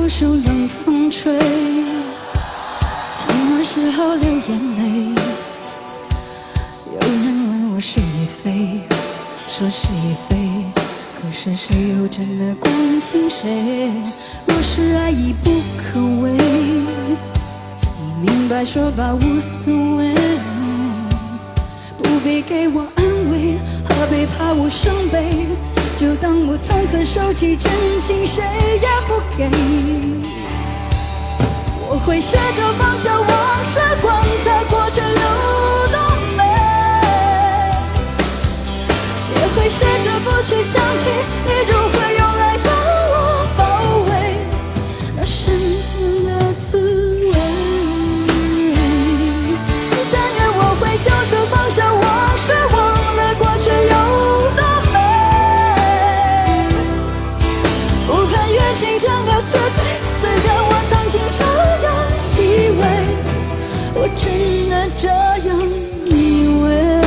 我受冷风吹，寂寞时候流眼泪。有人问我是与非，说是与非，可是谁又真的关心谁？若是爱已不可为，你明白说吧，无所谓，不必给我安慰，何必怕我伤悲？就当我从此收起真情，谁也不给。我会试着放下往事，光它过去流多美，也会试着不去想起你如何用爱将我包围，那深情的滋味。但愿我会就此放下往事，忘了过去有多美，不盼缘尽仍留慈悲。虽然我曾经这样以为，我真的这样以为。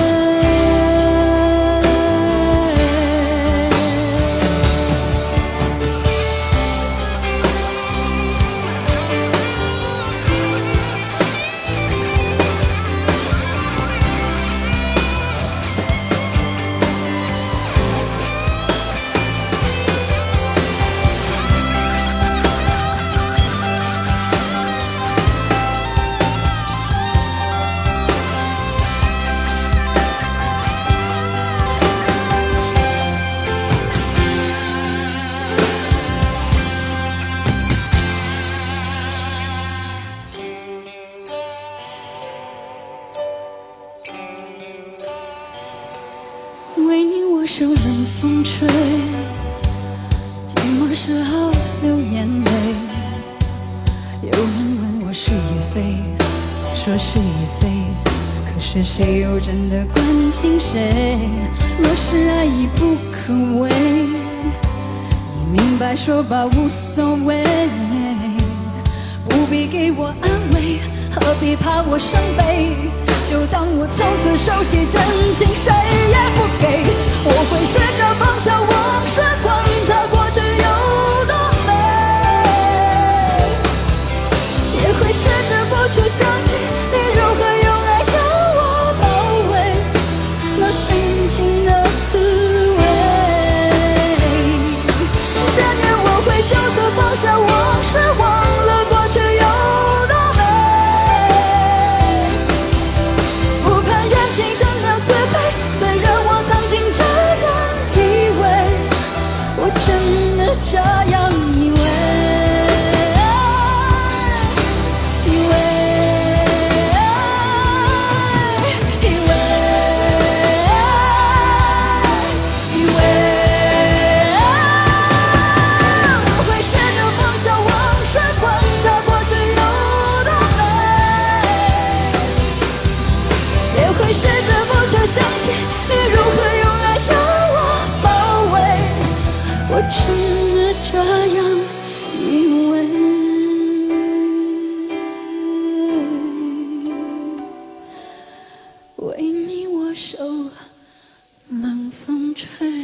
为你我受冷风吹，寂寞时候流眼泪。有人问我是与非，说是与非，可是谁又真的关心谁？若是爱已不可为，你明白说吧，无所谓，不必给我安慰，何必怕我伤悲？就当我从此收起真情，谁也不给。我会试着放下往事，管它过去有多美，也会试着不去想起你如何用爱将我包围，那深情的滋味。但愿我会就此放下往事，忘了过去有多美，不盼缘尽仍留慈悲。虽然我曾经这样以为，我真的这样以为，以为，以为，以为。我会试着放下往事，管它过去有多美，也会试着不去想起你如何用爱将我包围，我真的这样以为。为你我受冷风吹。